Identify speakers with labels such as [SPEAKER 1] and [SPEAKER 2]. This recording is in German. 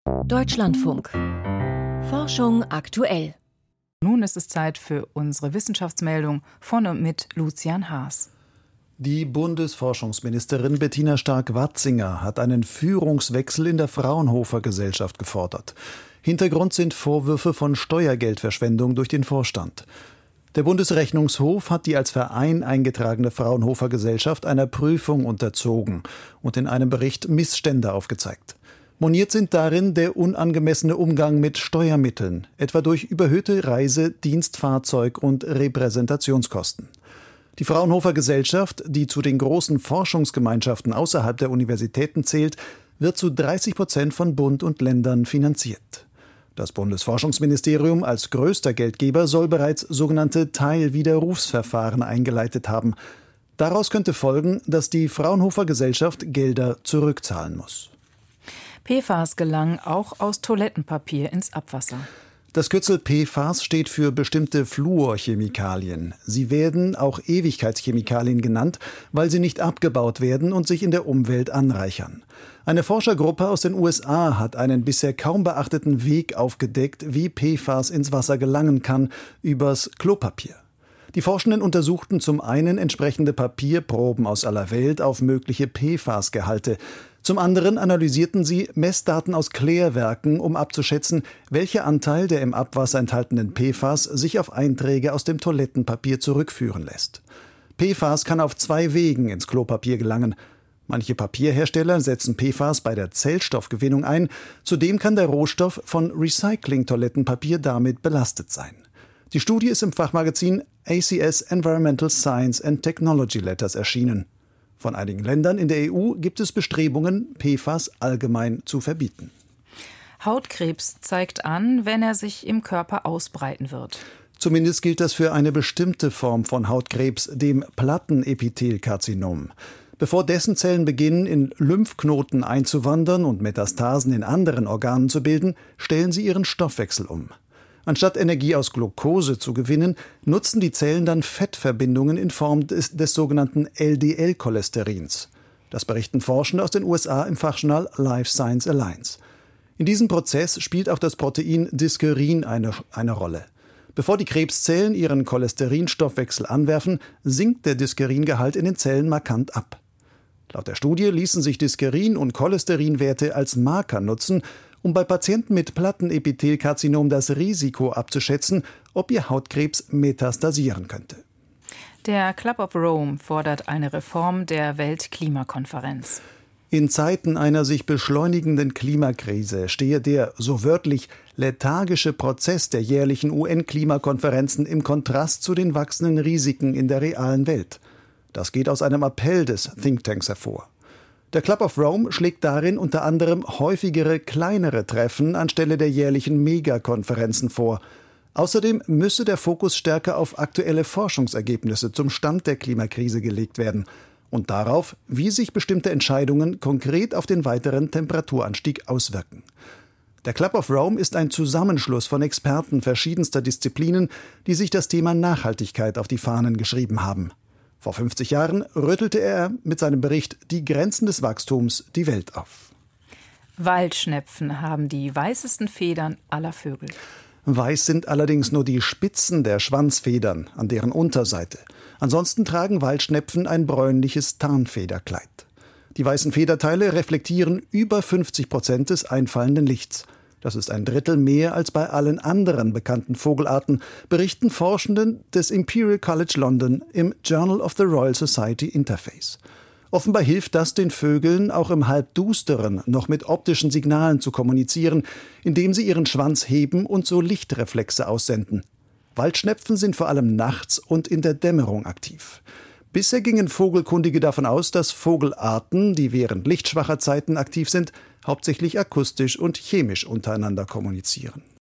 [SPEAKER 1] Deutschlandfunk. Forschung aktuell.
[SPEAKER 2] Nun ist es Zeit für unsere Wissenschaftsmeldung von und mit Lucian Haas.
[SPEAKER 3] Die Bundesforschungsministerin Bettina Stark-Watzinger hat einen Führungswechsel in der Fraunhofer-Gesellschaft gefordert. Hintergrund sind Vorwürfe von Steuergeldverschwendung durch den Vorstand. Der Bundesrechnungshof hat die als Verein eingetragene Fraunhofer-Gesellschaft einer Prüfung unterzogen und in einem Bericht Missstände aufgezeigt. Moniert sind darin der unangemessene Umgang mit Steuermitteln, etwa durch überhöhte Reise-, Dienstfahrzeug- und Repräsentationskosten. Die Fraunhofer Gesellschaft, die zu den großen Forschungsgemeinschaften außerhalb der Universitäten zählt, wird zu 30% von Bund und Ländern finanziert. Das Bundesforschungsministerium als größter Geldgeber soll bereits sogenannte Teilwiderrufsverfahren eingeleitet haben. Daraus könnte folgen, dass die Fraunhofer Gesellschaft Gelder zurückzahlen muss.
[SPEAKER 2] PFAS gelangen auch aus Toilettenpapier ins Abwasser.
[SPEAKER 3] Das Kürzel PFAS steht für bestimmte Fluorchemikalien. Sie werden auch Ewigkeitschemikalien genannt, weil sie nicht abgebaut werden und sich in der Umwelt anreichern. Eine Forschergruppe aus den USA hat einen bisher kaum beachteten Weg aufgedeckt, wie PFAS ins Wasser gelangen kann, übers Klopapier. Die Forschenden untersuchten zum einen entsprechende Papierproben aus aller Welt auf mögliche PFAS-Gehalte. Zum anderen analysierten sie Messdaten aus Klärwerken, um abzuschätzen, welcher Anteil der im Abwasser enthaltenen PFAS sich auf Einträge aus dem Toilettenpapier zurückführen lässt. PFAS kann auf 2 Wegen ins Klopapier gelangen. Manche Papierhersteller setzen PFAS bei der Zellstoffgewinnung ein. Zudem kann der Rohstoff von Recycling-Toilettenpapier damit belastet sein. Die Studie ist im Fachmagazin ACS Environmental Science and Technology Letters erschienen. Von einigen Ländern in der EU gibt es Bestrebungen, PFAS allgemein zu verbieten.
[SPEAKER 2] Hautkrebs zeigt an, wenn er sich im Körper ausbreiten wird.
[SPEAKER 3] Zumindest gilt das für eine bestimmte Form von Hautkrebs, dem Plattenepithelkarzinom. Bevor dessen Zellen beginnen, in Lymphknoten einzuwandern und Metastasen in anderen Organen zu bilden, stellen sie ihren Stoffwechsel um. Anstatt Energie aus Glucose zu gewinnen, nutzen die Zellen dann Fettverbindungen in Form des sogenannten LDL-Cholesterins. Das berichten Forschende aus den USA im Fachjournal Life Science Alliance. In diesem Prozess spielt auch das Protein Diskerin eine Rolle. Bevor die Krebszellen ihren Cholesterinstoffwechsel anwerfen, sinkt der Diskeringehalt in den Zellen markant ab. Laut der Studie ließen sich Diskerin- und Cholesterinwerte als Marker nutzen, um bei Patienten mit Plattenepithelkarzinom das Risiko abzuschätzen, ob ihr Hautkrebs metastasieren könnte.
[SPEAKER 2] Der Club of Rome fordert eine Reform der Weltklimakonferenz.
[SPEAKER 3] In Zeiten einer sich beschleunigenden Klimakrise stehe der, so wörtlich, lethargische Prozess der jährlichen UN-Klimakonferenzen im Kontrast zu den wachsenden Risiken in der realen Welt. Das geht aus einem Appell des Thinktanks hervor. Der Club of Rome schlägt darin unter anderem häufigere, kleinere Treffen anstelle der jährlichen Megakonferenzen vor. Außerdem müsse der Fokus stärker auf aktuelle Forschungsergebnisse zum Stand der Klimakrise gelegt werden und darauf, wie sich bestimmte Entscheidungen konkret auf den weiteren Temperaturanstieg auswirken. Der Club of Rome ist ein Zusammenschluss von Experten verschiedenster Disziplinen, die sich das Thema Nachhaltigkeit auf die Fahnen geschrieben haben. Vor 50 Jahren rüttelte er mit seinem Bericht Die Grenzen des Wachstums die Welt auf.
[SPEAKER 2] Waldschnepfen haben die weißesten Federn aller Vögel.
[SPEAKER 3] Weiß sind allerdings nur die Spitzen der Schwanzfedern an deren Unterseite. Ansonsten tragen Waldschnepfen ein bräunliches Tarnfederkleid. Die weißen Federteile reflektieren über 50% des einfallenden Lichts. Das ist 1/3 mehr als bei allen anderen bekannten Vogelarten, berichten Forschende des Imperial College London im Journal of the Royal Society Interface. Offenbar hilft das den Vögeln, auch im Halbdusteren noch mit optischen Signalen zu kommunizieren, indem sie ihren Schwanz heben und so Lichtreflexe aussenden. Waldschnepfen sind vor allem nachts und in der Dämmerung aktiv. Bisher gingen Vogelkundige davon aus, dass Vogelarten, die während lichtschwacher Zeiten aktiv sind, hauptsächlich akustisch und chemisch untereinander kommunizieren.